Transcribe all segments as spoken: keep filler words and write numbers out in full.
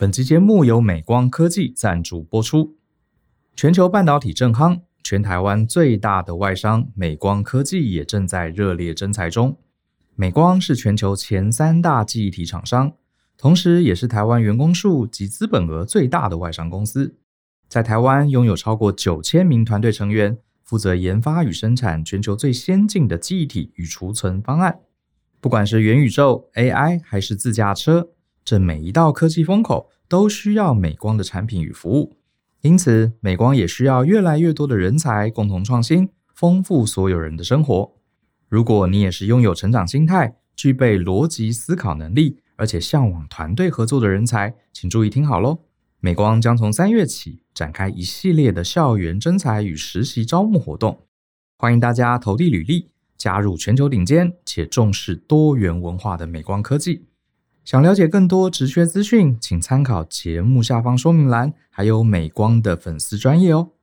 本集节目由美光科技赞助播出。全球半导体正夯，全台湾最大的外商美光科技也正在热烈征才中。美光是全球前三大记忆体厂商，同时也是台湾员工数及资本额最大的外商公司。在台湾拥有超过九千名团队成员，负责研发与生产全球最先进的记忆体与储存方案。不管是元宇宙、A I 还是自驾车，这每一道科技风口都需要美光的产品与服务。因此，美光也需要越来越多的人才共同创新，丰富所有人的生活。如果你也是拥有成长心态，具备逻辑思考能力，而且向往团队合作的人才，请注意听好咯。美光将从三月起展开一系列的校园征才与实习招募活动，欢迎大家投递履历，加入全球顶尖且重视多元文化的美光科技。想了解更多职缺资讯，请参考节目下方说明栏，还有美光的粉丝专页哦。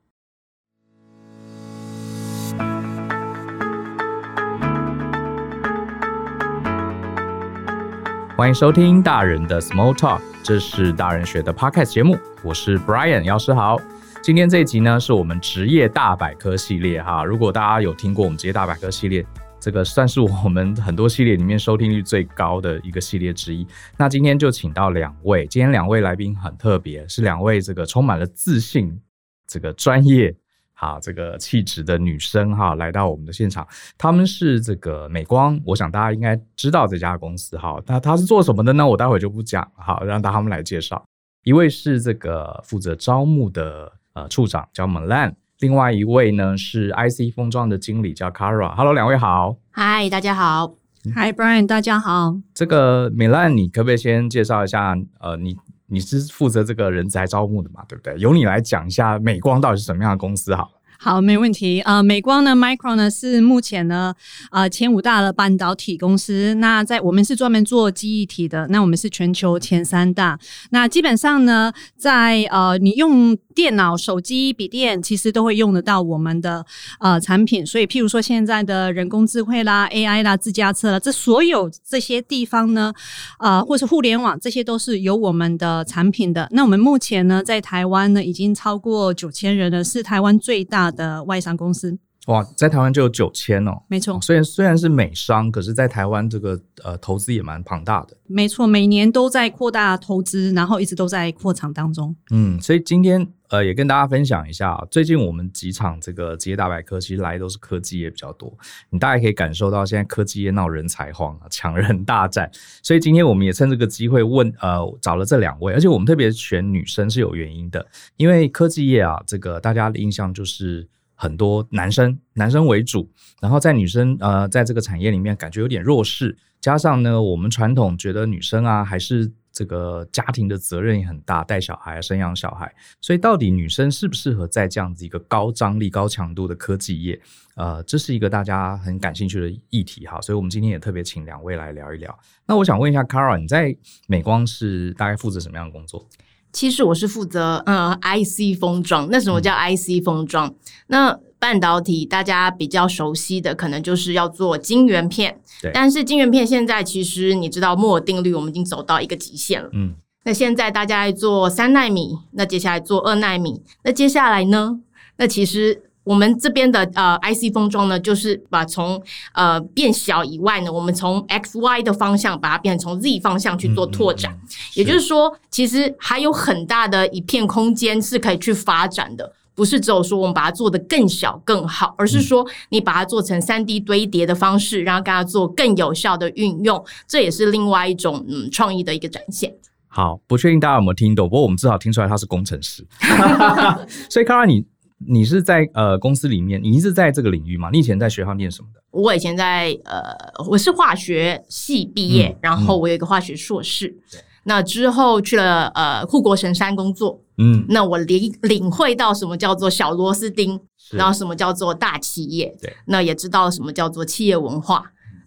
欢迎收听大人的 Small Talk， 这是大人学的 Podcast 节目，我是 Brian 药师豪。今天这一集呢，是我们职业大百科系列哈。如果大家有听过我们职业大百科系列，这个算是我们很多系列里面收听率最高的一个系列之一。那今天就请到两位，今天两位来宾很特别，是两位这个充满了自信、这个专业、好这个气质的女生哈，来到我们的现场。她们是这个美光，我想大家应该知道这家公司哈。那她是做什么的呢？我待会就不讲，好，让他们来介绍。一位是这个负责招募的呃处长，叫 Melan。另外一位呢是 I C 封装的经理，叫 Kara。Hello， 两位好。 嗨，大家好。 嗨 Brian， 大家好。 这个 Melan， 你可不可以先介绍一下？呃，你你是负责这个人才招募的嘛，对不对？由你来讲一下美光到底是什么样的公司好了。 好，没问题。呃，美光呢 ，Micron 呢是目前呢呃前五大的半导体公司。那在我们是专门做记忆体的，那我们是全球前三大。那基本上呢，在呃你用电脑、手机、笔电，其实都会用得到我们的呃产品。所以，譬如说现在的人工智慧啦、A I 啦、自驾车啦，这所有这些地方呢，呃，或是互联网，这些都是有我们的产品的。那我们目前呢，在台湾呢，已经超过九千人了，是台湾最大的外商公司。 哇，在台湾就有九千哦， 没错。 虽然虽然是美商，可是在台湾这个呃投资也蛮庞大的。 没错，每年都在扩大投资，然后一直都在扩厂当中。 嗯，所以今天呃也跟大家分享一下，最近我们几场这个职业大百科其实来都是科技业比较多，你大概可以感受到现在科技业闹人才荒啊，抢人大战。所以今天我们也趁这个机会问呃找了这两位，而且我们特别选女生是有原因的，因为科技业啊，这个大家的印象就是很多男生，男生为主，然后在女生呃在这个产业里面感觉有点弱势，加上呢我们传统觉得女生啊还是这个家庭的责任也很大，带小孩、生养小孩，所以到底女生适不适合在这样子一个高张力、高强度的科技业？呃，这是一个大家很感兴趣的议题哈，所以我们今天也特别请两位来聊一聊。那我想问一下 Kara， 你在美光是大概负责什么样的工作？ 其实我是负责呃 I C 封装。那什么叫 I C 封装？嗯、那半导体大家比较熟悉的可能就是要做晶圆片，但是晶圆片现在其实你知道摩尔定律，我们已经走到一个极限了。嗯，那现在大家在做三奈米，那接下来做二奈米，那接下来呢？那其实我们这边的呃 I C 封装呢，就是把从呃变小以外呢，我们从 X Y 的方向把它变成从 Z 方向去做拓展。嗯嗯嗯，也就是说，其实还有很大的一片空间是可以去发展的。不是只有说我们把它做得更小更好，而是说你把它做成 三 D 堆叠的方式，然后跟它做更有效的运用，这也是另外一种嗯创意的一个展现。 好，不确定大家有没有听懂，不过我们至少听出来他是工程师。所以 Kara， 你你是在呃公司里面，你是在这个领域吗？你以前在学校念什么的？ 我以前在呃，我是化学系毕业，嗯、然后我有一个化学硕士。嗯，那之后去了呃护国神山工作，嗯，那我领领会到什么叫做小螺丝钉，然后什么叫做大企业，对，那也知道什么叫做企业文化。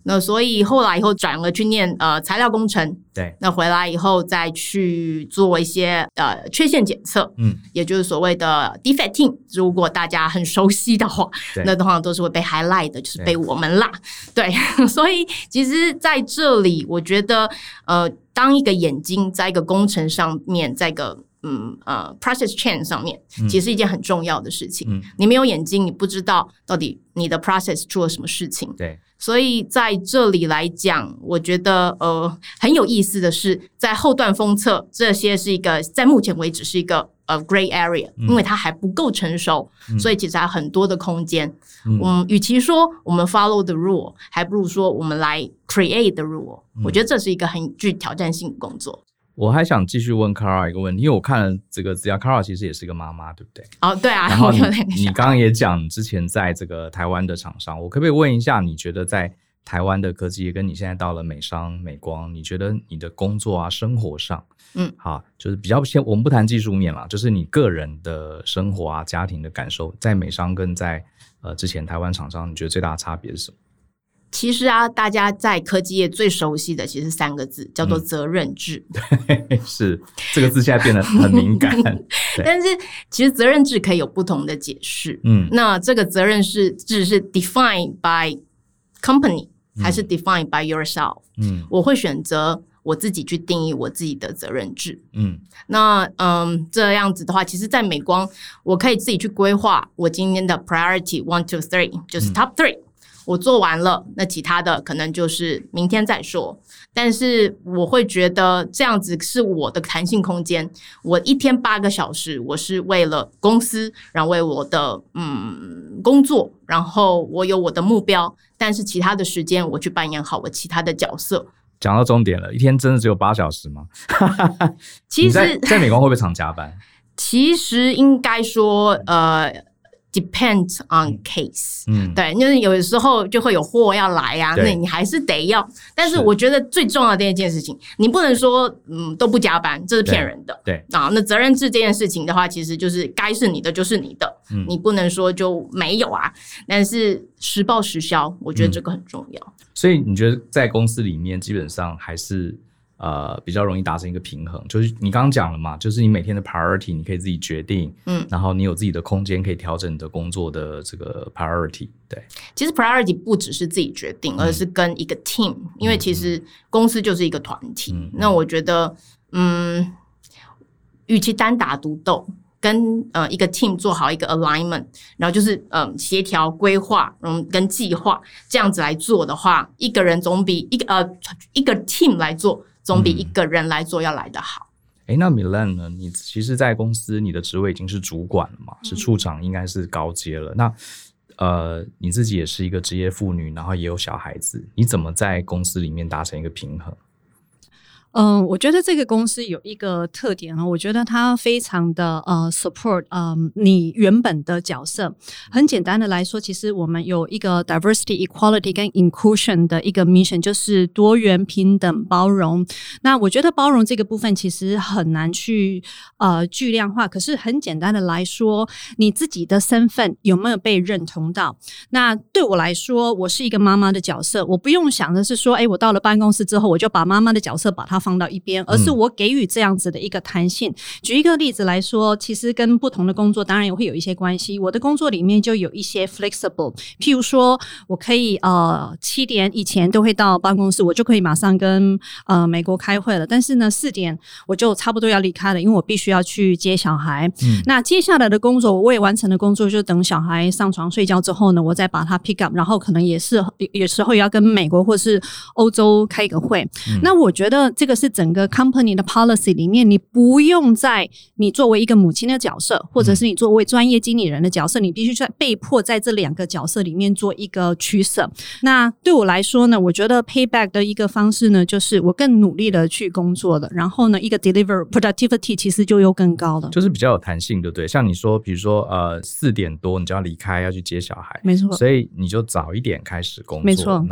那所以后来以后转了去念呃材料工程， 对， 那回来以后再去做一些呃缺陷检测，嗯，也就是所谓的 defect team， 如果大家很熟悉的话，那通常都是会被 highlight 的，就是被我们啦，对，所以其实在这里我觉得呃当一个眼睛在一个工程上面，在一个嗯呃 process chain 上面，其实是一件很重要的事情，嗯，你没有眼睛，你不知道到底你的 process 出了什么事情，对。所以在这里来讲，我觉得呃很有意思的是，在后段封测这些是一个在目前为止是一个呃 gray area，嗯，因为它还不够成熟，嗯，所以其实还有很多的空间。嗯，与其说我们 follow the rule， 还不如说我们来 create the rule，嗯。我觉得这是一个很具挑战性的工作。 我还想继续问 Kara 一个问题，因为我看了这个资料 Kara 其实也是一个妈妈，对不对？ 哦，对啊。 然后 你, 你刚刚也讲之前在这个台湾的厂商，我可不可以问一下，你觉得在台湾的科技业跟你现在到了美商美光，你觉得你的工作啊生活上，嗯，好，就是比较先我们不谈技术面啦，就是你个人的生活啊家庭的感受，在美商跟在呃之前台湾厂商，你觉得最大的差别是什么？ 其实啊，大家在科技业最熟悉的其实是三个字，叫做责任制。 嗯，对，是这个字现在变得很敏感。 但是其实责任制可以有不同的解释。嗯，那这个责任制是 defined by company，嗯，还是 defined by yourself？嗯，我会选择我自己去定义我自己的责任制。嗯，那嗯这样子的话，其实在美光我可以自己去规划我今天的 priority one two three， 就是 top three。嗯，我做完了，那其他的可能就是明天再说。但是我会觉得这样子是我的弹性空间。我一天八个小时，我是为了公司，然后为我的嗯工作，然后我有我的目标。但是其他的时间，我去扮演好我其他的角色。 讲到重点了，一天真的只有八小时吗？ 其实在在美光会不会常加班？ 其实应该说，呃。depends on case，嗯，对，就是有的时候就会有货要来啊，那你还是得要。但是我觉得最重要的一件事情，你不能说嗯都不加班，这是骗人的。对啊，那责任制这件事情的话，其实就是该是你的就是你的，嗯，你不能说就没有啊。但是实报实销，我觉得这个很重要。嗯， 所以你觉得在公司里面，基本上还是。呃，比较容易达成一个平衡，就是你刚刚讲了嘛，就是你每天的 priority 你可以自己决定，嗯，然后你有自己的空间可以调整你的工作的这个 priority， 对。 其实 priority 不只是自己决定，而是跟一个 team，嗯，因为其实公司就是一个团体。嗯，那我觉得，嗯，与其单打独斗，跟呃一个 team 做好一个 alignment， 然后就是嗯协调规划，嗯跟计划这样子来做的话，一个人总比一个呃一个 team 来做。总比一个人来做要来得好。 哎，嗯，那 Milan 呢？你其实在公司你的职位已经是主管了嘛，是处长，应该是高阶了。那呃，你自己也是一个职业妇女，然后也有小孩子，你怎么在公司里面达成一个平衡？ 嗯，我觉得这个公司有一个特点啊，我觉得它非常的呃 support 嗯你原本的角色。很简单的来说，其实我们有一个 diversity equality 跟 inclusion 的一个 mission， 就是多元平等包容。那我觉得包容这个部分其实很难去呃具量化，可是很简单的来说，你自己的身份有没有被认同到？那对我来说，我是一个妈妈的角色，我不用想的是说，哎，我到了办公室之后，我就把妈妈的角色把它放到一边，而是我给予这样子的一个弹性。嗯，举一个例子来说，其实跟不同的工作当然也会有一些关系。我的工作里面就有一些 flexible， 譬如说我可以呃七点以前都会到办公室，我就可以马上跟呃美国开会了。但是呢四点我就差不多要离开了，因为我必须要去接小孩。嗯，那接下来的工作我未完成的工作，就等小孩上床睡觉之后呢，我再把它 pick up， 然后可能也是有时候要跟美国或是欧洲开个会。嗯，那我觉得这个是整个 company 的 policy 里面，你不用在你作为一个母亲的角色，或者是你作为专业经理人的角色，你必须在被迫在这两个角色里面做一个取舍。那对我来说呢，我觉得 payback 的一个方式呢，就是我更努力的去工作了，然后呢一个 deliver productivity 其实就又更高了， 就是比较有弹性，对不对？像你说比如说呃四点多你就要离开要去接小孩， 没错， 所以你就早一点开始工作， 没错， 然后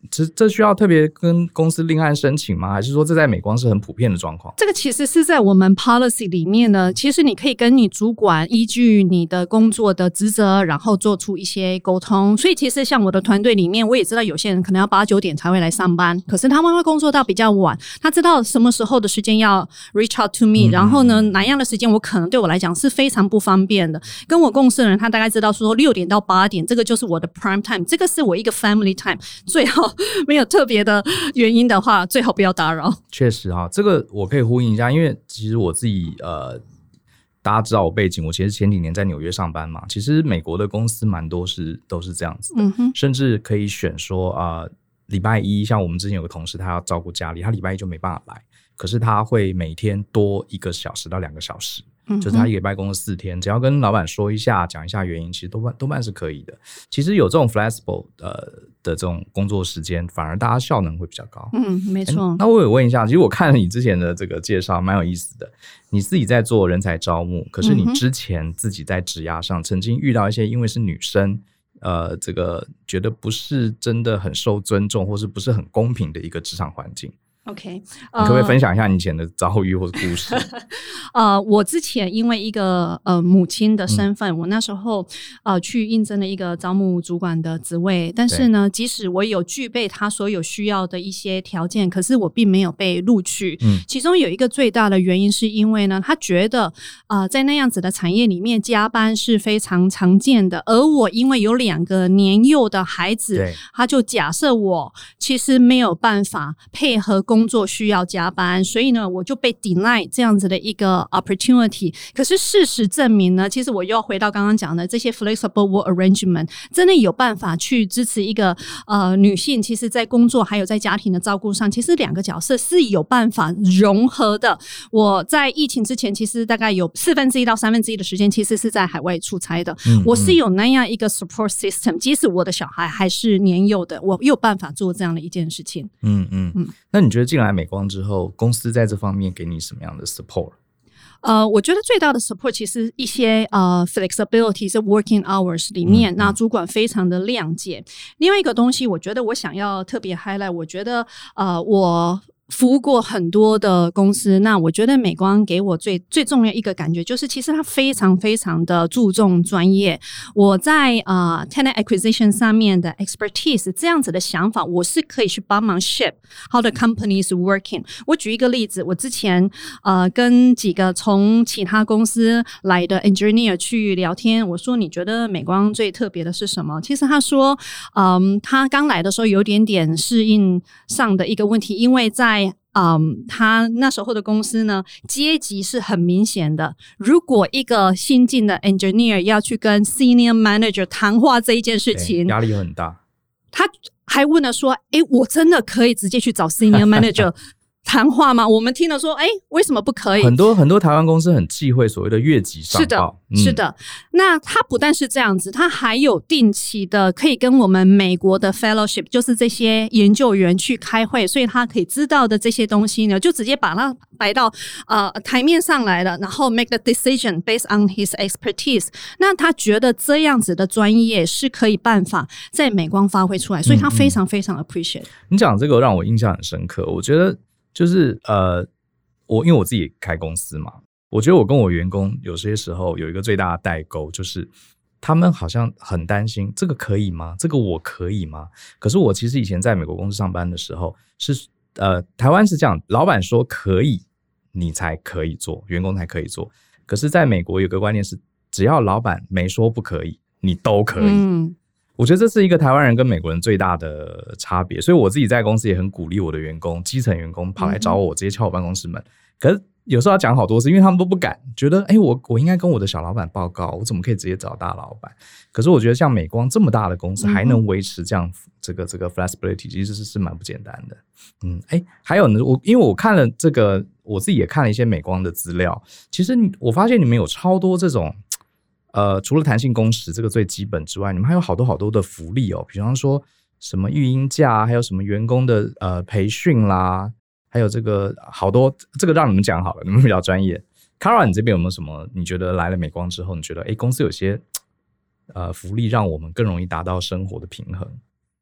这这需要特别跟公司另案申请吗？还是说这在美光是很普遍的状况？ 这个其实是在我们 policy 里面呢，其实你可以跟你主管依据你的工作的职责，然后做出一些沟通。所以其实像我的团队里面，我也知道有些人可能要八九点才会来上班，可是他们会工作到比较晚，他知道什么时候的时间要 reach out to me，、嗯、然后呢哪样的时间我可能对我来讲是非常不方便的。跟我共事的人他大概知道说六点到八点这个就是我的 prime time， 这个是我一个 family time， 最好没有特别的原因的话最好不要打扰。 确实哈，这个我可以呼应一下，因为其实我自己呃，大家知道我背景，我其实前几年在纽约上班嘛，其实美国的公司蛮多是都是这样子的、嗯、甚至可以选说啊，礼、呃、拜一像我们之前有个同事他要照顾家里，他礼拜一就没办法来，可是他会每天多一个小时到两个小时，就是他一个礼拜工作四天，只要跟老板说一下讲一下原因，其实多半多半是可以的。其实有这种 flexible 呃的这种工作时间，反而大家效能会比较高。 嗯，没错。 那我有问一下，其实我看了你之前的这个介绍蛮有意思的，你自己在做人才招募，可是你之前自己在职涯上曾经遇到一些因为是女生呃，这个觉得不是真的很受尊重或是不是很公平的一个职场环境。 OK， 你可不可以分享一下你以前的遭遇或者故事？ 呃，我之前因为一个呃母亲的身份、嗯，我那时候呃去应征了一个招募主管的职位，但是呢，即使我有具备他所有需要的一些条件，可是我并没有被录取。嗯，其中有一个最大的原因是因为呢，他觉得呃在那样子的产业里面加班是非常常见的，而我因为有两个年幼的孩子，他就假设我其实没有办法配合工作需要加班，所以呢我就被 deny 这样子的一个 opportunity。 可是事实证明呢，其实我又要回到刚刚讲的这些 flexible work arrangement 真的有办法去支持一个呃女性，其实在工作还有在家庭的照顾上，其实两个角色是有办法融合的。我在疫情之前其实大概有四分之一到三分之一的时间其实是在海外出差的、嗯嗯、我是有那样一个 support system， 即使我的小孩还是年幼的，我有办法做这样的一件事情。 嗯嗯嗯。那你觉得进来美光之后，公司在这方面给你什么样的 support？ 呃，我觉得最大的 support 其实一些呃 flexibility 是 working hours 里面、嗯、那主管非常的谅解。另外一个东西我觉得我想要特别 highlight， 我觉得呃我服务过很多的公司，那我觉得美光给我最最重要一个感觉就是其实它非常非常的注重专业。我在呃 talent acquisition 上面的 expertise 这样子的想法，我是可以去帮忙 shape how the company is working。 我举一个例子，我之前呃跟几个从其他公司来的 engineer 去聊天，我说你觉得美光最特别的是什么？其实他说嗯，他刚来的时候有点点适应上的一个问题，因为在嗯，他那时候的公司呢，阶级是很明显的。如果一个新进的 engineer 要去跟 senior manager 谈话这一件事情， 压力很大。 他还问了说：“诶，我真的可以直接去找 senior manager 谈话吗？”我们听了说：“诶，为什么不可以？” 很多很多台湾公司很忌讳所谓的越级上报。 是的， 嗯、 是的。那他不但是这样子，他还有定期的可以跟我们美国的 fellowship， 就是这些研究员去开会，所以他可以知道的这些东西呢，就直接把它摆到呃台面上来了，然后 make the decision based on his expertise。那他觉得这样子的专业是可以办法在美光发挥出来，所以他非常非常 appreciate。嗯嗯、 你讲这个让我印象很深刻，我觉得就是呃，我因为我自己开公司嘛。我觉得我跟我员工有些时候有一个最大的代沟，就是他们好像很担心这个可以吗？这个我可以吗？可是我其实以前在美国公司上班的时候是呃，台湾是这样，老板说可以你才可以做，员工才可以做。可是在美国有个观念是，只要老板没说不可以，你都可以。嗯，我觉得这是一个台湾人跟美国人最大的差别，所以我自己在公司也很鼓励我的员工，基层员工跑来找我，直接敲我办公室门。可是有时候要讲好多次，因为他们都不敢，觉得哎，我我应该跟我的小老板报告，我怎么可以直接找大老板？可是我觉得像美光这么大的公司，还能维持这样这个这个 flexibility， 其实是是蛮不简单的。嗯，哎，还有呢，我因为我看了这个，我自己也看了一些美光的资料，其实我发现你们有超多这种。呃，除了弹性工时这个最基本之外，你们还有好多好多的福利哦，比方说什么育婴假，还有什么员工的呃培训啦，还有这个好多，这个让你们讲好了，你们比较专业。Kara， 你这边有没有什么？你觉得来了美光之后，你觉得哎，公司有些呃福利让我们更容易达到生活的平衡？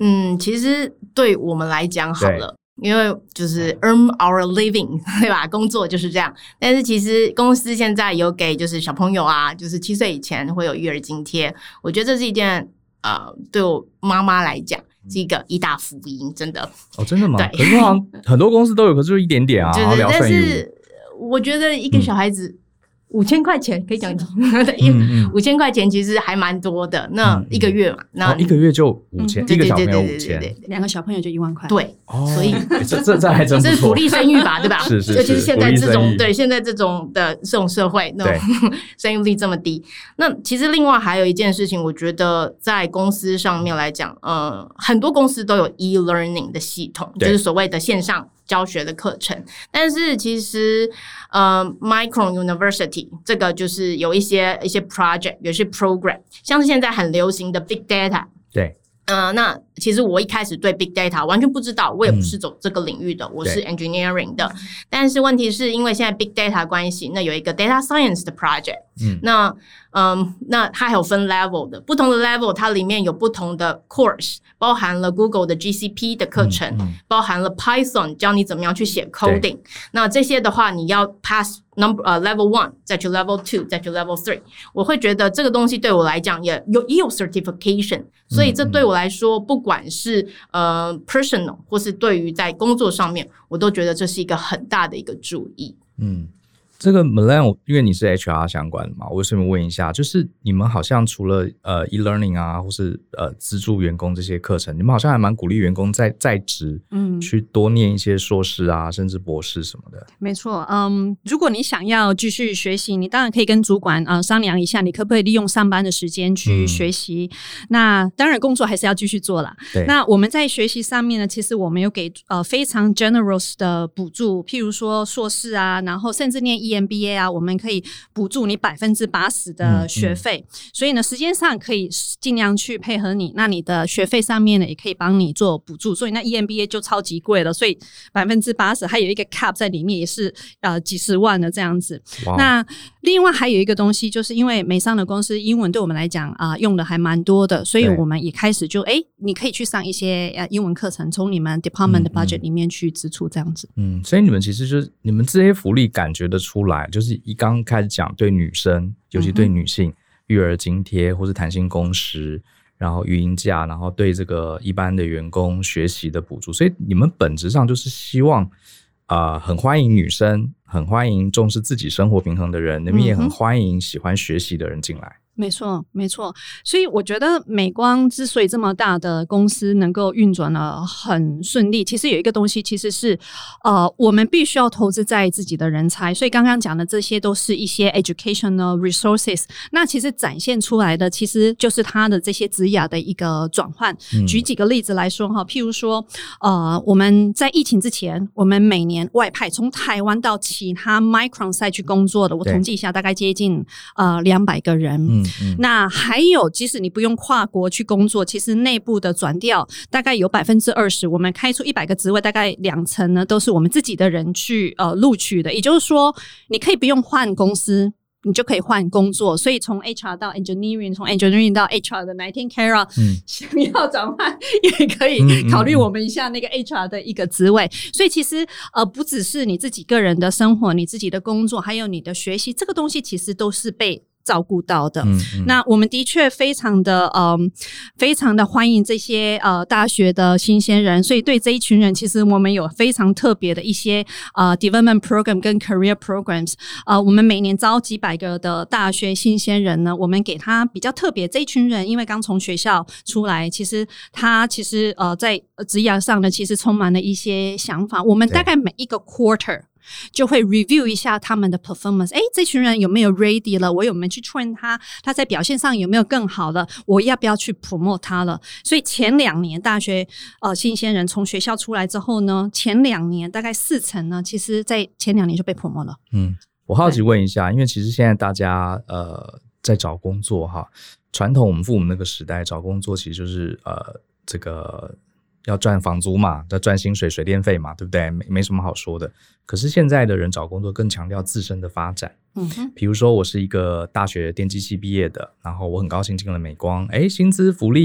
嗯，其实对我们来讲好了，因为就是 earn our living 对吧，工作就是这样。但是其实公司现在有给就是小朋友啊，就是七岁以前会有育儿津贴，我觉得这是一件呃对我妈妈来讲是一个一大福音，真的。 哦，真的吗？ 对， 可是好像很多公司都有，可是就一点点啊， 就是、 然后聊但是我觉得一个小孩子、嗯五千块钱可以讲嗯五千块钱其实还蛮多的。那一个月嘛，嗯、那、 哦、一个月就五千、嗯，一个小朋友五千， 两个小朋友就一万块。 对，哦、所以这这这还真不错， 这是鼓励生育吧，对吧？ 是是是， 尤其是现在这种对现在这种的这种社会，那种生育率这么低。那其实另外还有一件事情，我觉得在公司上面来讲，呃，很多公司都有 e-learning 的系统，就是所谓的线上教学的课程，但是其实呃 Micron University 这个就是有一些一些 project 有些 program， 像是现在很流行的 Big Data， 对， 呃，那其实我一开始对 Big Data 完全不知道，我也不是走这个领域的，嗯、我是 engineering 的，但是问题是因为现在 Big Data 关系，那有一个 Data Science 的 project，嗯，那嗯，那它还有分 level 的，不同的 level 它里面有不同的 course， 包含了 Google 的 G C P 的课程，嗯嗯、包含了 Python 教你怎么样去写 coding， 那这些的话你要 pass number 呃、uh, level one 再去 level two 再去 level three， 我会觉得这个东西对我来讲也有也有 certification， 所以这对我来说不管是呃 personal 或是对于在工作上面，我都觉得这是一个很大的一个注意。 嗯。这个 Melanne 因为你是 H R 相关的嘛，我顺便问一下，就是你们好像除了呃 e-learning 啊，或是呃资助员工这些课程，你们好像还蛮鼓励员工在在职，嗯，去多念一些硕士啊，甚至博士什么的。 没错，嗯，如果你想要继续学习，你当然可以跟主管呃商量一下，你可不可以利用上班的时间去学习。嗯、那当然工作还是要继续做啦。 对。 那我们在学习上面呢，其实我们有给呃非常 generous 的补助，譬如说硕士啊，然后甚至念 E M B A 啊，我们可以补助你百分之八十的学费、嗯嗯，所以呢，时间上可以尽量去配合你。那你的学费上面呢，也可以帮你做补助。所以那 E M B A 就超级貴了，所以百分之八十还有一個 cap 在裡面，也是呃幾十萬的這樣子。那另外還有一個東西，就是因為美商的公司英文對我們來講啊、呃、用的還蠻多的，所以我們也開始就誒，你可以去上一些呃英文課程，從你們 department 的 budget 裡面去支出這樣子。 嗯，所以你們其實就是你們這些福利感覺得出來，就就是一剛開始講對女生，尤其對女性、嗯、育兒津貼或是彈性工時，然後育嬰假，然後對這個一般的員工學習的補助，所以你們本質上就是希望、呃、很歡迎女生，很歡迎重視自己生活平衡的人，你們也很歡迎喜歡學習的人進來。 没错没错，所以我觉得美光之所以这么大的公司能够运转得很顺利，其实有一个东西其实是呃，我们必须要投资在自己的人才，所以刚刚讲的这些都是一些 educational resources， 那其实展现出来的其实就是它的这些职涯的一个转换、嗯、举几个例子来说哈，譬如说呃，我们在疫情之前，我们每年外派从台湾到其他 Micron site 去工作的，我统计一下大概接近呃两百个人。嗯嗯、那还有即使你不用跨国去工作，其实内部的转调大概有 百分之二十， 我们开出一百个职位，大概两成呢都是我们自己的人去呃录取的，也就是说你可以不用换公司，你就可以换工作，所以从 H R 到 engineering， 从 engineering 到 H R 的哪一天 Kara、嗯、想要转换也可以考虑我们一下那个 H R 的一个职位、嗯嗯嗯、所以其实呃不只是你自己个人的生活，你自己的工作，还有你的学习，这个东西其实都是被照顾到的。嗯嗯，那我们的确非常的呃非常的欢迎这些呃大学的新鲜人，所以对这一群人其实我们有非常特别的一些呃 development program 跟 career programs。呃我们每年招几百个的大学新鲜人呢，我们给他比较特别，这一群人因为刚从学校出来，其实他其实呃在职涯上呢其实充满了一些想法，我们大概每一个 quarter就会 review 一下他们的 performance， 诶这群人有没有 ready 了，我有没有去 train 他，他在表现上有没有更好了，我要不要去 promote 他了。所以前两年大学呃新鲜人从学校出来之后呢，前两年大概四成呢，其实在前两年就被 promote 了。 嗯，我好奇问一下，因为其实现在大家呃在找工作哈，传统我们父母那个时代找工作其实就是呃这个要赚房租嘛，要赚薪水水电费嘛，对不对？ 没, 没什么好说的。可是现在的人找工作更强调自身的发展。嗯哼，比如说我是一个大学电机系毕业的，然后我很高兴进了美光，诶薪资福利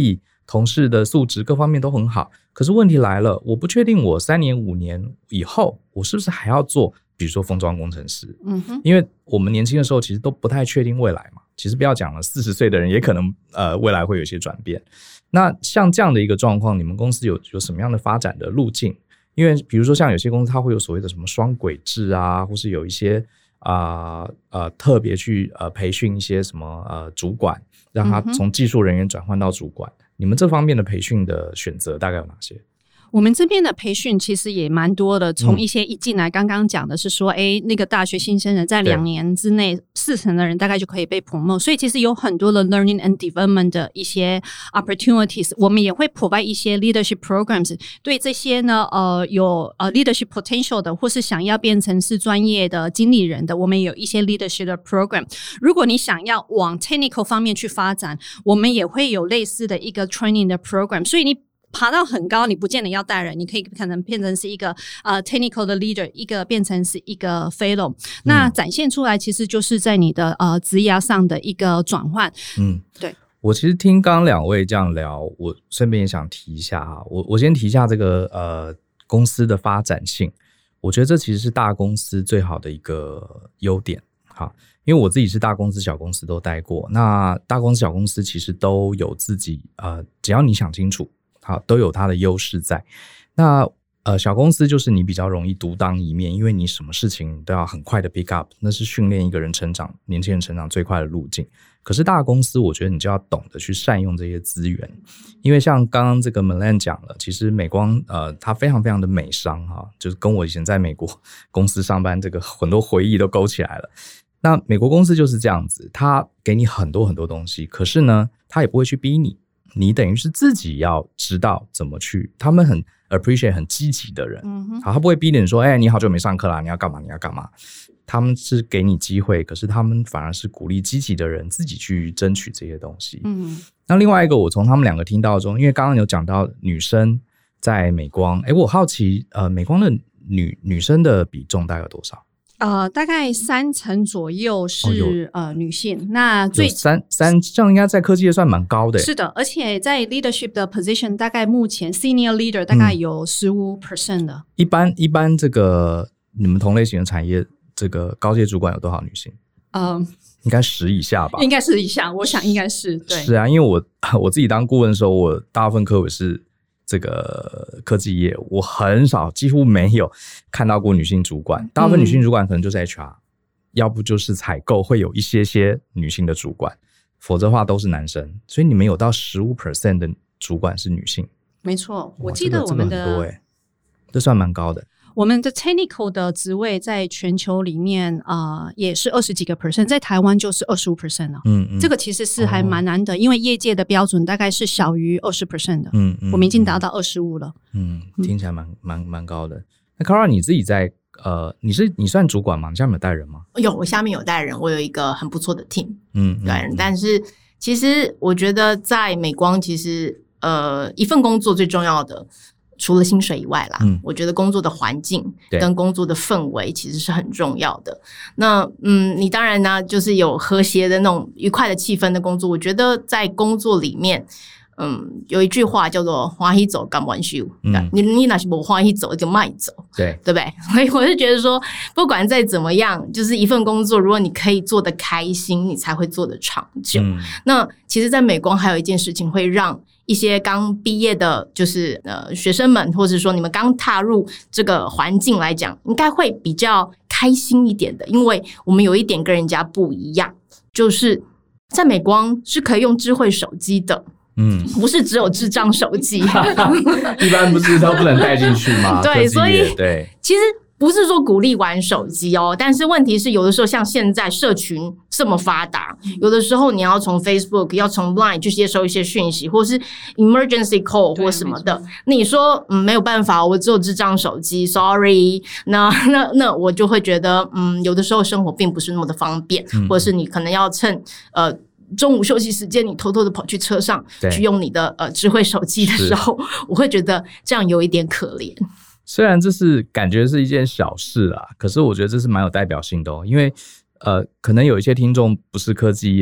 同事的素质各方面都很好，可是问题来了，我不确定我三年五年以后我是不是还要做比如说封装工程师。嗯哼，因为我们年轻的时候其实都不太确定未来嘛，其实不要讲了，四十岁的人也可能呃未来会有一些转变。那像这样的一个状况，你们公司有有什么样的发展的路径？因为比如说像有些公司它会有所谓的什么双轨制啊，或是有一些啊 呃, 呃特别去呃培训一些什么呃主管，让他从技术人员转换到主管。嗯，你们这方面的培训的选择大概有哪些？ 我们这边的培训其实也蛮多的，从一些一进来，刚刚讲的是说，哎、嗯，那个大学新生人在两年之内，四成的人大概就可以被 promote， 所以其实有很多的 learning and development 的一些 opportunities。我们也会 provide 一些 leadership programs， 对这些呢，呃，有呃 leadership potential 的，或是想要变成是专业的经理人的，我们有一些 leadership 的 program。如果你想要往 technical 方面去发展，我们也会有类似的一个 training 的 program。所以你爬到很高，你不见得要带人，你可以可能变成是一个呃 technical 的 leader， 一个变成是一个 fellow， 那展现出来其实就是在你的呃职涯上的一个转换。嗯，对。 我其实听刚刚两位这样聊，我顺便也想提一下哈，我我先提一下这个呃公司的发展性，我觉得这其实是大公司最好的一个优点哈。因为我自己是大公司小公司都待过，那大公司小公司其实都有自己呃只要你想清楚好，都有它的优势在。那呃，小公司就是你比较容易独当一面，因为你什么事情都要很快的 pick up， 那是训练一个人成长、年轻人成长最快的路径。可是大公司，我觉得你就要懂得去善用这些资源，因为像刚刚这个 Melan 讲了，其实美光呃，它非常非常的美商哈，就是跟我以前在美国公司上班这个很多回忆都勾起来了。那美国公司就是这样子，它给你很多很多东西，可是呢，它也不会去逼你。你等于是自己要知道怎么去，他们很 appreciate 很积极的人，嗯，好，他不会逼你说，哎、欸，你好久没上课啦，你要干嘛？你要干嘛？他们是给你机会，可是他们反而是鼓励积极的人自己去争取这些东西。嗯，那另外一个，我从他们两个听到中，因为刚刚有讲到女生在美光，哎、欸，我好奇，呃，美光的女女生的比重大概有多少？ 呃，大概三成左右是、哦、呃女性，那最三三这样应该在科技业算蛮高的。 是的，而且在 leadership 的 position， 大概目前 senior leader 大概有 百分之十五 的、嗯。一般一般这个你们同类型的产业，这个高阶主管有多少女性？嗯，应该十以下吧？ 应该是以下，我想应该是对。 是啊，因为我我自己当顾问的时候，我大部分客户是这个科技业，我很少几乎没有看到过女性主管，大部分女性主管可能就是 H R、嗯、要不就是采购会有一些些女性的主管，否则的话都是男生，所以你们有到 百分之十五 的主管是女性。 没错，我记得我们的、 这个、很多耶，这算蛮高的。 我们的 technical 的职位在全球里面呃也是二十几个 percent， 在台湾就是二十五 percent 了。嗯嗯，这个其实是还蛮难的、哦，因为业界的标准大概是小于二十 percent 的。嗯嗯，我们已经达到二十五了。嗯， 听起来蛮蛮蛮高的。那 Kara 你自己在呃，你是你算主管吗？你下面有带人吗？ 有，我下面有带人，我有一个很不错的 team。嗯，对、嗯，但是其实我觉得在美光，其实呃一份工作最重要的。除了薪水以外啦、嗯、我觉得工作的环境跟工作的氛围其实是很重要的。那嗯，你当然呢就是有和谐的那种愉快的气氛的工作，我觉得在工作里面嗯，有一句话叫做欢喜走甘愿受、嗯、你你那是不欢喜走就卖走， 对对不对？所以我就觉得说不管再怎么样，就是一份工作如果你可以做得开心，你才会做得长久、嗯、那其实在美光还有一件事情会让一些刚毕业的就是呃学生们，或者说你们刚踏入这个环境来讲，应该会比较开心一点的，因为我们有一点跟人家不一样，就是在美光是可以用智慧手机的，嗯，不是只有智障手机一般不是都不能带进去吗？ 对，所以对， 其实不是说鼓励玩手机哦，但是问题是有的时候像现在社群这么发达，有的时候你要从 Facebook 要从 Line 去接收一些讯息，或是 emergency call 或什么的，你说嗯没有办法，我只有这张手机 sorry， 那那那我就会觉得嗯有的时候生活并不是那么的方便、嗯、或者是你可能要趁呃中午休息时间你偷偷的跑去车上去用你的呃智慧手机的时候，我会觉得这样有一点可怜。 虽然这是感觉是一件小事啦，可是我觉得这是蛮有代表性的哦，因为呃，可能有一些听众不是科技业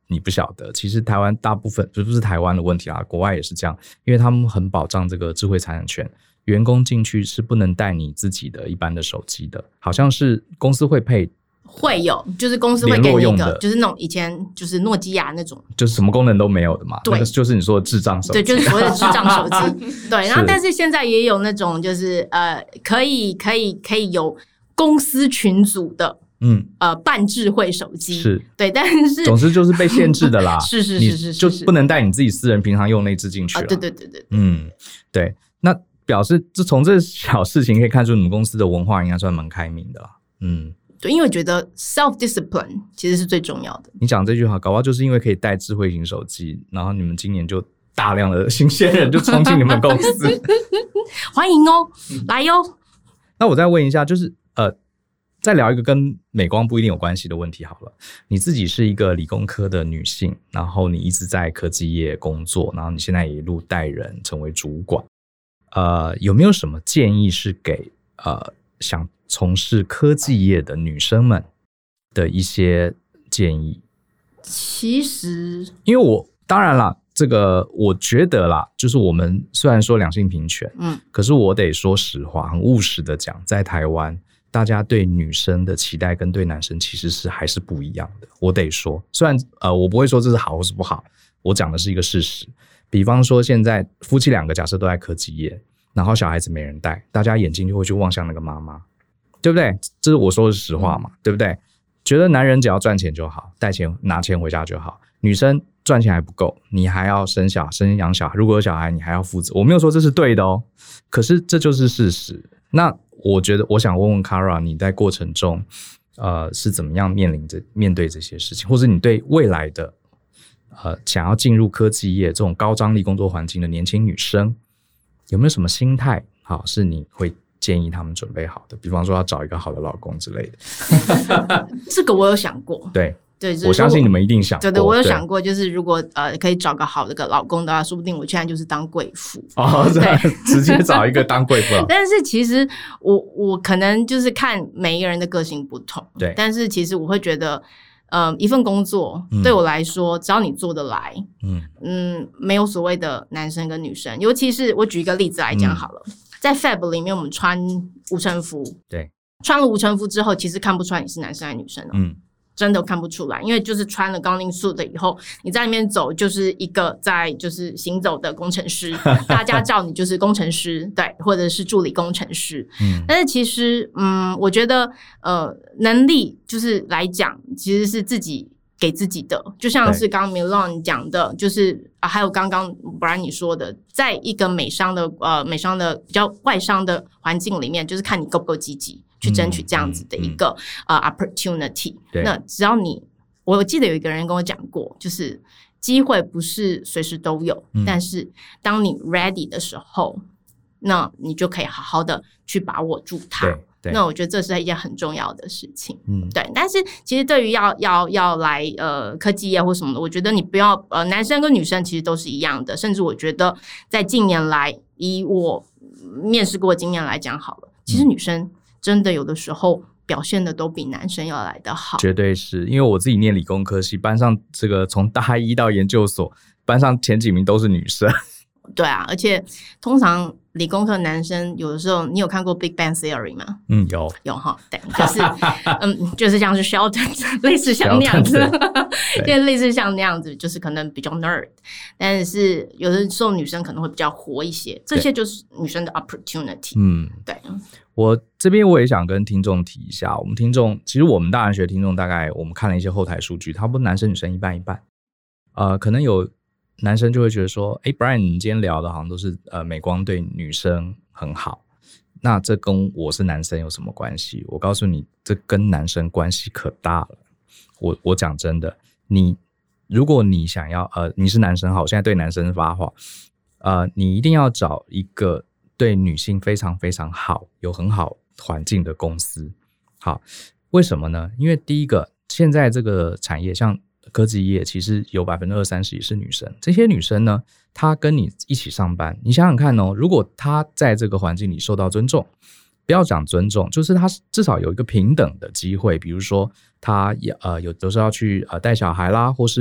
你不晓得，其实台湾大部分不是台湾的问题啦，国外也是这样，因为他们很保障这个智慧财产权，员工进去是不能带你自己的一般的手机的，好像是公司会配。 会有，就是公司会给你一个，就是那种以前就是诺基亚那种， 就是什么功能都没有的嘛。 对， 那个就是你说的智障手机， 对，就是所谓的智障手机。对，然后但是现在也有那种就是呃，可以可以可以有公司群组的，嗯，呃，半智慧手机是， 对，但是总之就是被限制的啦。 是是是是是， 就不能带你自己私人平常用那支进去了。 啊，对对对对， 嗯，对，那表示这从这小事情可以看出，你们公司的文化应该算蛮开明的啦。嗯。 对，因为我觉得 self discipline 其实是最重要的。 你讲这句话，搞不好就是因为可以带智慧型手机，然后你们今年就大量的新鲜人就冲进你们公司， 欢迎哦，来哟、哦。 那我再问一下，就是呃，再聊一个跟美光不一定有关系的问题好了。你自己是一个理工科的女性，然后你一直在科技业工作，然后你现在也一路带人成为主管，呃，有没有什么建议是给呃想从事科技业的女生们的一些建议？ 其实因为我当然啦，这个我觉得啦，就是我们虽然说两性平权，嗯，可是我得说实话，很务实的讲，在台湾大家对女生的期待跟对男生其实是还是不一样的。我得说，虽然呃我不会说这是好或是不好，我讲的是一个事实。比方说现在夫妻两个假设都在科技业，然后小孩子没人带，大家眼睛就会去望向那个妈妈，对不对？这是我说的实话嘛，对不对？觉得男人只要赚钱就好，带钱拿钱回家就好，女生赚钱还不够，你还要生小生养小孩，如果有小孩你还要负责。我没有说这是对的哦，可是这就是事实。那我觉得我想问问 Kara， 你在过程中呃是怎么样面临着面对这些事情，或者你对未来的呃想要进入科技业这种高张力工作环境的年轻女生有没有什么心态好是你会建议他们准备好的，比方说要找一个好的老公之类的？这个我有想过。 对对， 我相信你们一定想过。 对对，我有想过，就是如果呃可以找个好的个老公的话，说不定我现在就是当贵妇哦，对，直接找一个当贵妇。 但是其实我我可能就是看每一个人的个性不同， 对。 但是其实我会觉得，呃，一份工作、嗯、对我来说，只要你做得来，嗯嗯，没有所谓的男生跟女生，尤其是我举一个例子来讲好了。嗯，在 Fab 里面，我们穿无尘服， 对， 穿了无尘服之后，其实看不出来你是男生还是女生哦，嗯，真的看不出来，因为就是穿了钢钉 suit 以后，你在里面走就是一个在就是行走的工程师，大家叫你就是工程师，对，或者是助理工程师，嗯，但是其实，嗯，我觉得呃，能力就是来讲，其实是自己给自己的，就像是刚刚 Milan 讲的，就是啊，还有刚刚 Brian 你说的，在一个美商的呃美商的比较外商的环境里面，就是看你够不够积极去争取这样子的一个、嗯嗯、呃 opportunity。那只要你，我记得有一个人跟我讲过，就是机会不是随时都有、嗯，但是当你 ready 的时候，那你就可以好好的去把握住它。那我觉得这是一件很重要的事情，嗯，对。但是其实对于要要要来呃科技业或什么的，我觉得你不要呃男生跟女生其实都是一样的，甚至我觉得在近年来以我面试过的经验来讲好了，其实女生真的有的时候表现的都比男生要来得好， 绝对是。因为我自己念理工科系，班上这个从大一到研究所，班上前几名都是女生。 对啊，而且通常理工科男生有的时候，你有看过 Big Bang Theory 吗？ 嗯，有有哈，对，就是嗯，就是像是 Sheldon 类似像那样子，就类似像那样子，就是可能比较 nerd， 但是有的时候女生可能会比较活一些，这些就是女生的 opportunity。嗯，对。 我这边我也想跟听众提一下，我们听众其实我们大人学听众大概我们看了一些后台数据，差不多男生女生一半一半，呃，可能有。男生就会觉得说，哎 ，Brian， 你今天聊的好像都是呃美光对女生很好，那这跟我是男生有什么关系？我告诉你，这跟男生关系可大了。我我讲真的，你如果你想要呃你是男生好，我现在对男生发话，呃，你一定要找一个对女性非常非常好、有很好环境的公司。好，为什么呢？因为第一个，现在这个产业像。科技业其实有 百分之二三十 也是女生，这些女生呢，她跟你一起上班，你想想看哦，如果她在这个环境里受到尊重，不要讲尊重，就是她至少有一个平等的机会，比如说她呃有的时候要去呃带小孩啦，或是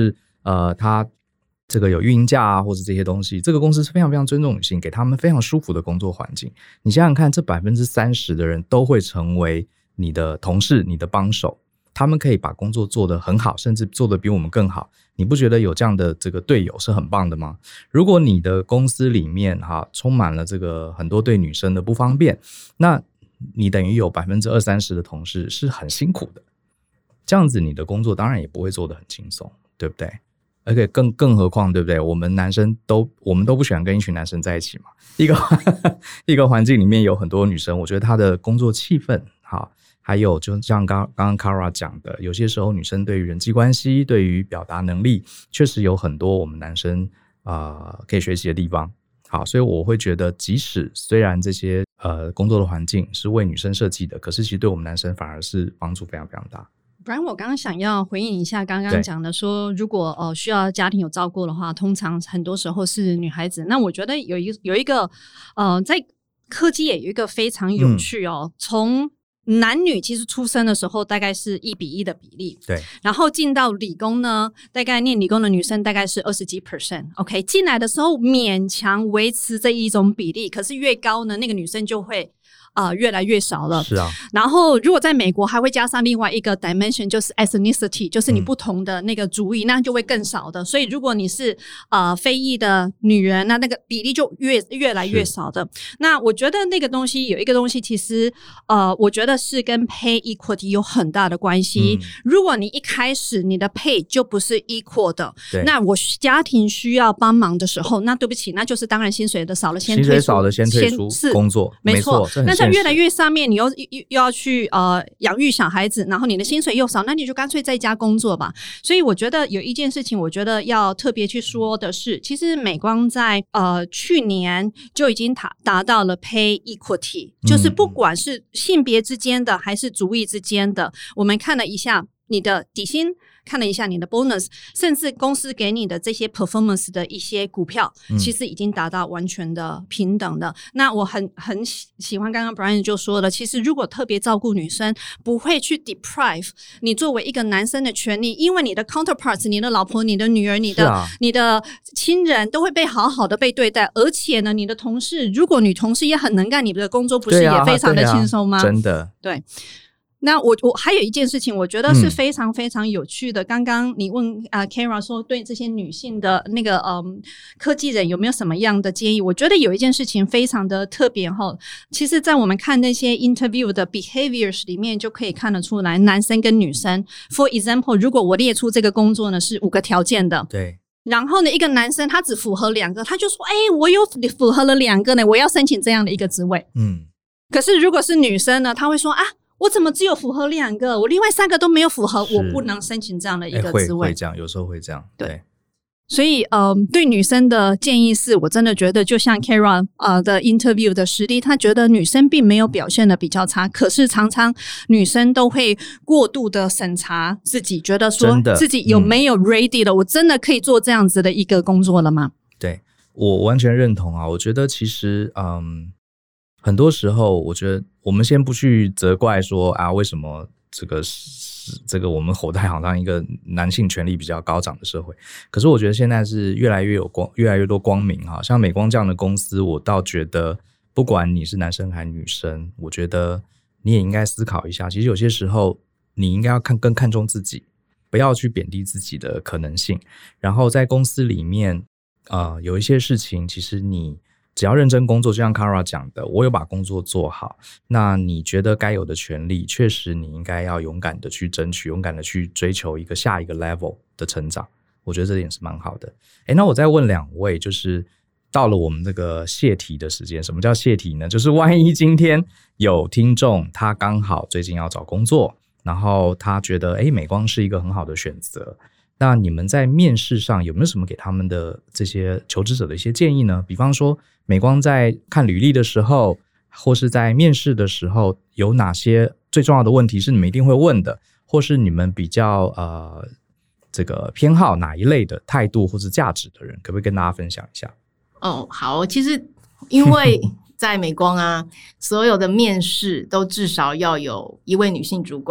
呃，他这个有育婴假啊，或者这些东西，这个公司是非常非常尊重女性，给他们非常舒服的工作环境。你想想看，这 百分之三十 的人都会成为你的同事，你的帮手，他们可以把工作做得很好，甚至做得比我们更好。你不觉得有这样的这个队友是很棒的吗？如果你的公司里面哈充满了这个很多对女生的不方便，那你等于有 百分之二三十 的同事是很辛苦的，这样子你的工作当然也不会做得很轻松，对不对？而且更更何况，对不对？我们男生都我们都不喜欢跟一群男生在一起嘛。一个一个环境里面有很多女生，我觉得她的工作气氛好，还有就像刚刚刚 Kara 讲的，有些时候女生对于人际关系、对于表达能力，确实有很多我们男生呃可以学习的地方。好，所以我会觉得，即使虽然这些呃工作的环境是为女生设计的，可是其实对我们男生反而是帮助非常非常大。 不然我刚刚想要回应一下刚刚讲的说，如果呃需要家庭有照顾的话，通常很多时候是女孩子。那我觉得有一有一个呃，在科技也有一个非常有趣哦，从、嗯、男女其实出生的时候大概是一比一的比例， 对。 然后进到理工呢，大概念理工的女生大概是二十几 percent。OK， 进来的时候勉强维持这一种比例，可是越高呢，那个女生就会。呃，越来越少了。 是啊。 然后，如果在美国还会加上另外一个 dimension， 就是 ethnicity， 就是你不同的那个族裔，嗯、那就会更少的。所以，如果你是呃非裔的女人，那那个比例就越越来越少的。那我觉得那个东西有一个东西，其实呃，我觉得是跟 pay equity 有很大的关系。嗯、如果你一开始你的 pay 就不是 equal 的，那我家庭需要帮忙的时候，那对不起，那就是当然薪水的少了，先退出， 薪水少了先退出工作， 没错。 那在越来越上面，你又又要去呃养育小孩子，然后你的薪水又少，那你就干脆在家工作吧。所以我觉得有一件事情，我觉得要特别去说的是，其实美光在呃去年就已经达达到了 pay equity， 就是不管是性别之间的还是族裔之间的，我们看了一下你的底薪。看了一下你的 bonus， 甚至公司给你的这些 performance 的一些股票，嗯、其实已经达到完全的平等的。那我很很喜欢刚刚 Brian 就说了，其实如果特别照顾女生，不会去 deprive 你作为一个男生的权利，因为你的 counterparts， 你的老婆、你的女儿、你的、啊、你的亲人都会被好好的被对待，而且呢，你的同事，如果女同事也很能干，你的工作不是也非常的轻松吗？ 啊啊、真的， 对。那我我还有一件事情，我觉得是非常非常有趣的。嗯、刚刚你问啊、呃、Kara 说对这些女性的那个嗯科技人有没有什么样的建议？我觉得有一件事情非常的特别哈。其实，在我们看那些 interview 的 behaviors 里面，就可以看得出来，男生跟女生。For example， 如果我列出这个工作呢是五个条件的， 对。 然后呢，一个男生他只符合两个，他就说：“哎、欸，我有符合了两个呢，我要申请这样的一个职位。”嗯。可是如果是女生呢，她会说啊。我怎么只有符合两个？我另外三个都没有符合，我不能申请这样的一个职位。 欸、会会这样，有时候会这样。对，对所以呃，对女生的建议是，我真的觉得，就像 Kara 呃的 interview 的实例，她觉得女生并没有表现的比较差，可是常常女生都会过度的审查自己，觉得说自己有没有 ready 的，嗯、我真的可以做这样子的一个工作了吗？ 对，我完全认同啊！我觉得其实嗯。很多时候我觉得我们先不去责怪说啊为什么这个这个我们活在好像一个男性权力比较高涨的社会，可是我觉得现在是越来越有光越来越多光明哈，像美光这样的公司，我倒觉得不管你是男生还是女生，我觉得你也应该思考一下，其实有些时候你应该要看更看重自己，不要去贬低自己的可能性，然后在公司里面呃有一些事情其实你只要认真工作，就像 Kara 讲的，我有把工作做好，那你觉得该有的权利，确实你应该要勇敢的去争取，勇敢的去追求一个下一个 level 的成长，我觉得这点是蛮好的。诶，那我再问两位，就是到了我们这个泄题的时间，什么叫泄题呢？就是万一今天有听众他刚好最近要找工作，然后他觉得诶美光是一个很好的选择，那你们在面试上有没有什么给他们的这些求职者的一些建议呢？比方说美光在看履历的时候，或是在面试的时候，有哪些最重要的问题是你们一定会问的，或是你们比较呃这个偏好哪一类的态度或是价值的人，可不可以跟大家分享一下？ 哦，好，其实因为在美光啊，所有的面试都至少要有一位女性主管。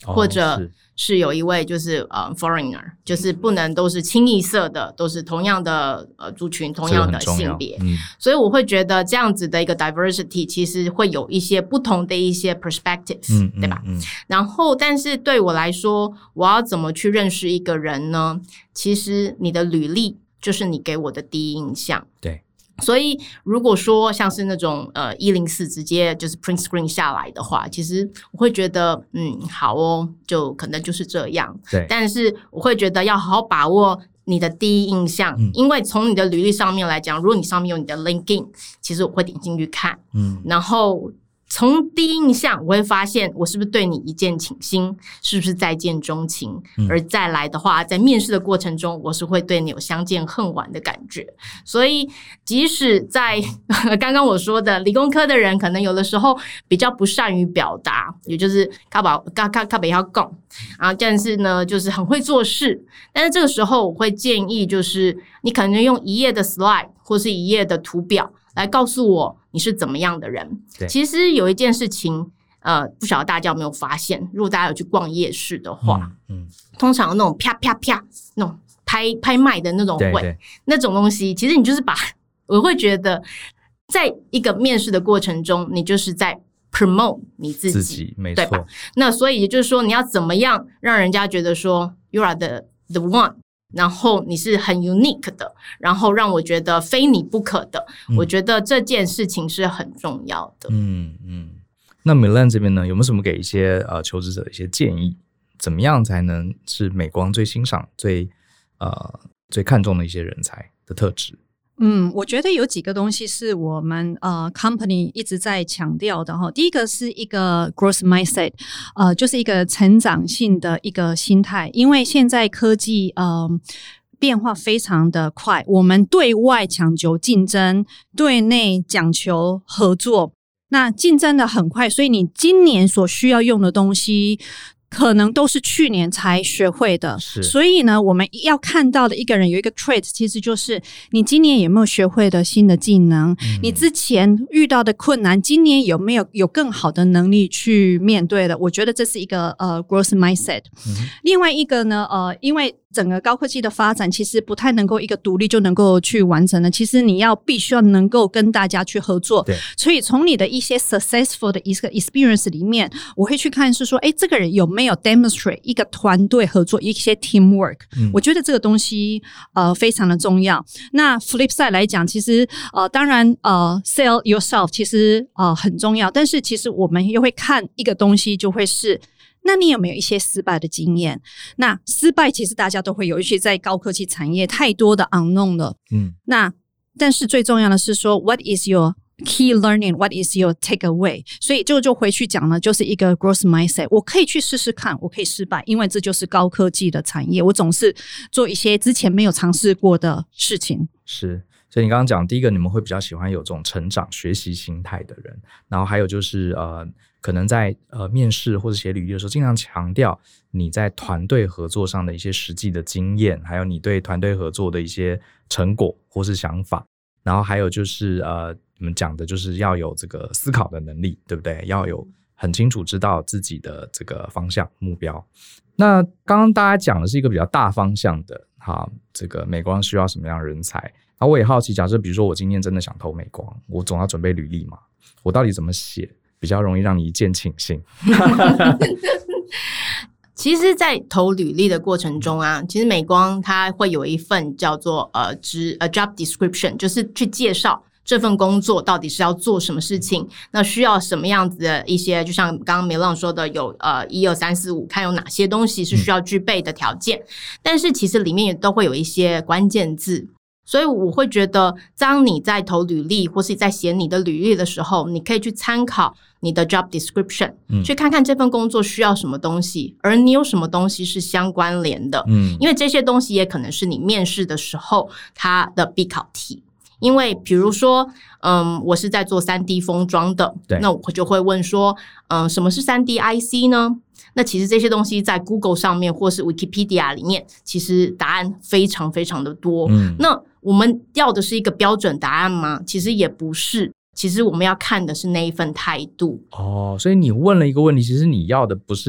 哦、 或者是有一位就是呃 foreigner， 就是不能都是清一色的，都是同样的呃族群，同样的性别、嗯。所以我会觉得这样子的一个 diversity 其实会有一些不同的一些 perspective，、嗯、对吧、嗯嗯？然后，但是对我来说，我要怎么去认识一个人呢？其实你的履历就是你给我的第一印象。 对。 所以如果说像是那种呃一零四直接就是 print screen 下来的话，其实我会觉得嗯好哦，就可能就是这样。 对， 但是我会觉得要好好把握你的第一印象、嗯、因为从你的履历上面来讲，如果你上面有你的 LinkedIn， 其实我会点进去看，嗯，然后从第一印象我会发现我是不是对你一见倾心，是不是再见钟情、嗯、而再来的话在面试的过程中我是会对你有相见恨晚的感觉。所以即使在刚刚我说的理工科的人可能有的时候比较不善于表达，也就是靠把靠靠靠北要讲啊，但是呢就是很会做事，但是这个时候我会建议就是你可能用一页的 slide 或是一页的图表来告诉我你是怎么样的人。其实有一件事情呃，不晓得大家有没有发现，如果大家有去逛夜市的话、嗯嗯、通常那种啪啪啪那种拍拍卖的那种会，对对，那种东西其实你就是把我会觉得在一个面试的过程中你就是在 promote 你自己, 自己没错，对吧？那所以也就是说你要怎么样让人家觉得说 you are the, the one，然后你是很 unique 的，然后让我觉得非你不可的、嗯、我觉得这件事情是很重要的。 嗯嗯，那 Milan 这边呢有没有什么给一些呃求职者的一些建议，怎么样才能是美光最欣赏最呃最看重的一些人才的特质？ 嗯，我觉得有几个东西是我们呃 company 一直在强调的哈。第一个是一个 growth mindset， 呃，就是一个成长性的一个心态。因为现在科技呃变化非常的快，我们对外讲求竞争，对内讲求合作。那竞争的很快，所以你今年所需要用的东西可能都是去年才学会的，所以呢我们要看到的一个人有一个 trait， 其实就是你今年有没有学会的新的技能、嗯、你之前遇到的困难今年有没有有更好的能力去面对的。我觉得这是一个呃 growth mindset、嗯、另外一个呢呃因为整个高科技的发展其实不太能够一个独立就能够去完成的，其实你要必须要能够跟大家去合作。对，所以从你的一些 successful 的一个 experience 里面，我会去看是说诶这个人有没有 demonstrate 一个团队合作，一些 teamwork、嗯、我觉得这个东西呃非常的重要。那 flip side 来讲，其实呃当然呃 sell yourself 其实呃很重要，但是其实我们又会看一个东西，就会是那你有没有一些失败的经验？那失败其实大家都会有，尤其在高科技产业太多的 unknown 了。嗯，那但是最重要的是说 what is your key learning, what is your takeaway？ 所以就就回去讲了，就是一个 growth mindset。我可以去试试看，我可以失败，因为这就是高科技的产业，我总是做一些之前没有尝试过的事情。 是，所以你刚刚讲第一个，你们会比较喜欢有这种成长学习心态的人，然后还有就是呃可能在呃面试或者写履历的时候尽量强调你在团队合作上的一些实际的经验，还有你对团队合作的一些成果或是想法，然后还有就是呃我们讲的就是要有这个思考的能力，对不对？要有很清楚知道自己的这个方向目标。那刚刚大家讲的是一个比较大方向的哈，这个美光需要什么样的人才，然后我也好奇，假设比如说我今天真的想投美光，我总要准备履历嘛，我到底怎么写比较容易让你一见倾心？ 其实在投履历的过程中啊，其实美光它会有一份叫做呃职呃 job description， 就是去介绍这份工作到底是要做什么事情，那需要什么样子的一些，就像刚刚Milan说的有呃一二三四五，看有哪些东西是需要具备的条件、嗯、但是其实里面也都会有一些关键字，所以我会觉得当你在投履历或是在写你的履历的时候，你可以去参考你的 job description、嗯、去看看这份工作需要什么东西，而你有什么东西是相关联的、嗯、因为这些东西也可能是你面试的时候它的必考题。因为比如说嗯，我是在做 三 D 封装的，那我就会问说嗯，什么是 三 D I C 呢？那其实这些东西在 Google 上面或是 Wikipedia 里面其实答案非常非常的多、嗯、那我们要的是一个标准答案吗？其实也不是，其实我们要看的是那一份态度。 哦，所以你问了一个问题，其实你要的不是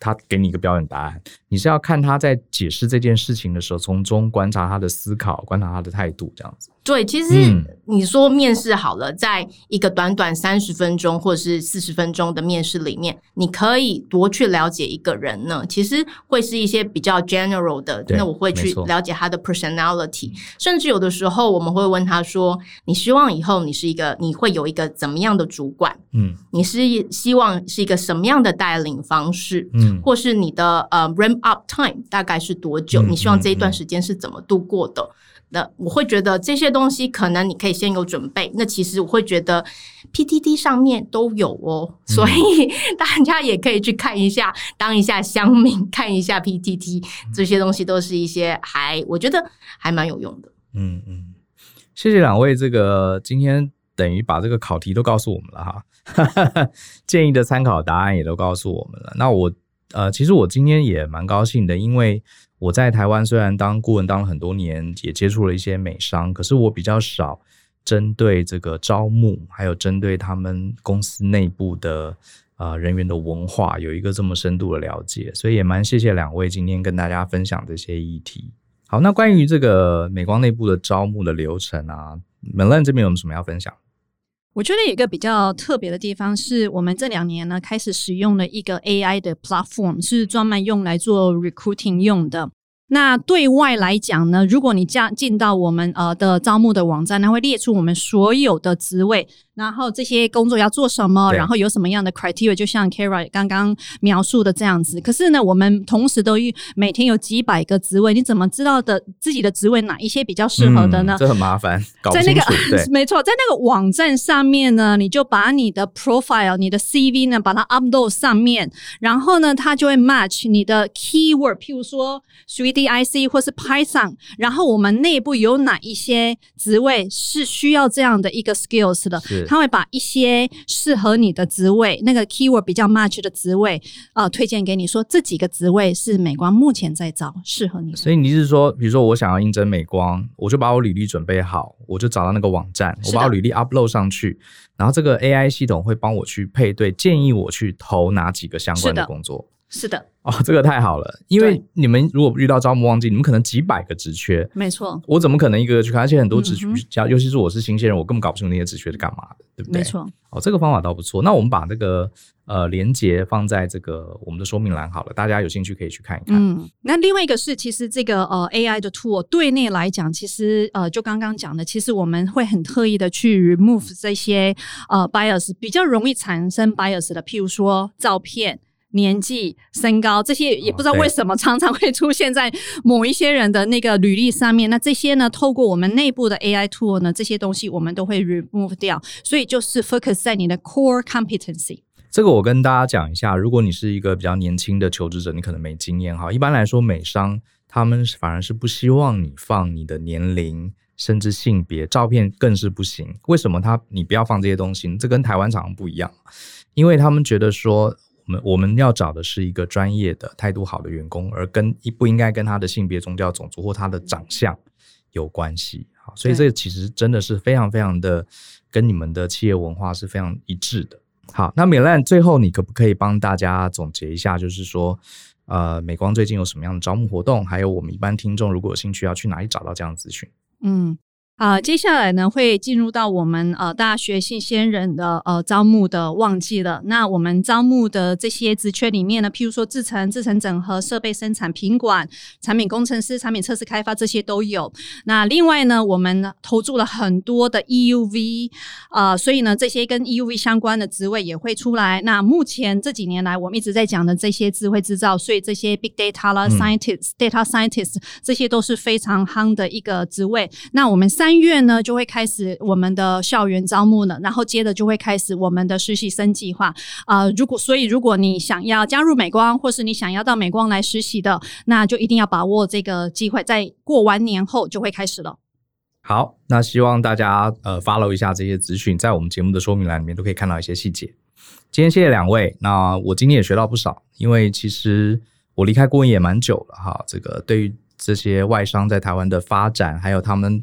他给你一个标准答案，你是要看他在解释这件事情的时候，从中观察他的思考，观察他的态度，这样子。 对，其实你说面试好了，在一个短短三十分钟或者是四十分钟的面试里面，你可以多去了解一个人呢？其实会是一些比较 general 的，那我会去了解他的 personality， 甚至有的时候我们会问他说：“你希望以后你是一个，你会有一个怎么样的主管？嗯，你是希望是一个什么样的带领方式？嗯，或是你的呃 ramp up time 大概是多久？嗯、你希望这一段时间是怎么度过的？”那我会觉得这些东西可能你可以先有准备，那其实我会觉得 P T T 上面都有哦，所以大家也可以去看一下，当一下乡民，看一下 P T T， 这些东西都是一些还我觉得还蛮有用的。 嗯嗯，谢谢两位，这个今天等于把这个考题都告诉我们了哈，建议的参考答案也都告诉我们了。那我呃，其实我今天也蛮高兴的，因为我在台湾虽然当顾问当了很多年，也接触了一些美商，可是我比较少针对这个招募，还有针对他们公司内部的呃人员的文化有一个这么深度的了解，所以也蛮谢谢两位今天跟大家分享这些议题。好，那关于这个美光内部的招募的流程啊 Melanie 这边有什么要分享？ 我觉得有一个比较特别的地方是我们这两年呢开始使用了一个 A I 的 platform， 是专门用来做 recruiting 用的。那对外来讲呢，如果你进到我们呃的招募的网站，它会列出我们所有的职位，然后这些工作要做什么，然后有什么样的 criteria， 就像 Kara 刚刚描述的这样子。可是呢，我们同时都每天有几百个职位，你怎么知道的自己的职位哪一些比较适合的呢？ 嗯、这很麻烦，搞不清楚。在那个没错，在那个网站上面呢，你就把你的 profile、你的 C V 呢，把它 upload 上面，然后呢，它就会 match 你的 keyword， 譬如说 三 D I C 或是 Python， 然后我们内部有哪一些职位是需要这样的一个 skills 的，他会把一些适合你的职位，那个 keyword 比较 match 的职位呃，推荐给你，说这几个职位是美光目前在找适合你的。 所以你是说比如说我想要应征美光，我就把我履历准备好，我就找到那个网站，我把我履历 upload 上去，然后这个 A I 系统会帮我去配对，建议我去投哪几个相关的工作。 是的哦，这个太好了，因为你们如果遇到招募旺季，你们可能几百个职缺， 没错，我怎么可能一个个去看？而且很多职缺、嗯，尤其是我是新鲜人，我根本搞不清楚那些职缺是干嘛的，对不对？ 没错。 哦，这个方法倒不错。那我们把这个呃连结放在这个我们的说明栏好了，大家有兴趣可以去看一看。 嗯，那另外一个是，其实这个呃 A I 的 tool 对内来讲，其实呃就刚刚讲的，其实我们会很特意的去 remove 这些呃 bias， 比较容易产生 bias 的，譬如说照片。年纪、身高这些也不知道为什么常常会出现在某一些人的那个履历上面。那这些呢，透过我们内部的 A I tool 呢，这些东西我们都会 remove 掉。所以就是 focus 在你的 core competency。 这个我跟大家讲一下，如果你是一个比较年轻的求职者，你可能没经验哈。一般来说，美商他们反而是不希望你放你的年龄，甚至性别，照片更是不行。为什么他你不要放这些东西？这跟台湾厂商不一样，因为他们觉得说。我们我们要找的是一个专业的态度好的员工，而跟不应该跟他的性别、宗教、种族或他的长相有关系。好，所以这个其实真的是非常非常的跟你们的企业文化是非常一致的。好，那Melanie最后你可不可以帮大家总结一下，就是说呃，美光最近有什么样的招募活动，还有我们一般听众如果有兴趣要去哪里找到这样的资讯？ 嗯。啊、呃，接下来呢会进入到我们呃大学新鲜人的呃招募的旺季了。那我们招募的这些职缺里面呢，譬如说制程、制程整合、设备生产、品管、产品工程师、产品测试开发这些都有。那另外呢，我们投注了很多的 E U V， 呃，所以呢这些跟 E U V 相关的职位也会出来。那目前这几年来我们一直在讲的这些智慧制造，所以这些 Big Data 啦、嗯、Scientist、Data Scientist 这些都是非常夯的一个职位。那我们三月呢就会开始我们的校园招募了，然后接着就会开始我们的实习生计划。呃，如果所以如果你想要加入美光，或是你想要到美光来实习的，那就一定要把握这个机会，在过完年后就会开始了。 好，那希望大家呃 follow 一下这些资讯，在我们节目的说明栏里面都可以看到一些细节。今天谢谢两位，那我今天也学到不少，因为其实我离开顾问也蛮久了哈，这个对于这些外商在台湾的发展，还有他们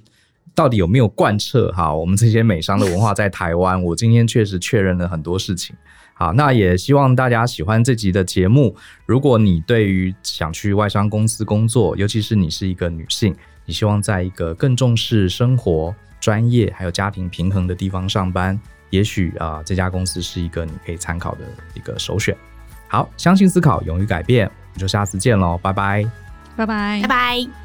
到底有没有贯彻好我们这些美商的文化在台湾？我今天确实确认了很多事情。好，那也希望大家喜欢这集的节目。如果你对于想去外商公司工作，尤其是你是一个女性，你希望在一个更重视生活、专业还有家庭平衡的地方上班，也许、呃、这家公司是一个你可以参考的一个首选。好，相信思考，勇于改变，我们就下次见咯，拜拜， 拜拜， 拜拜。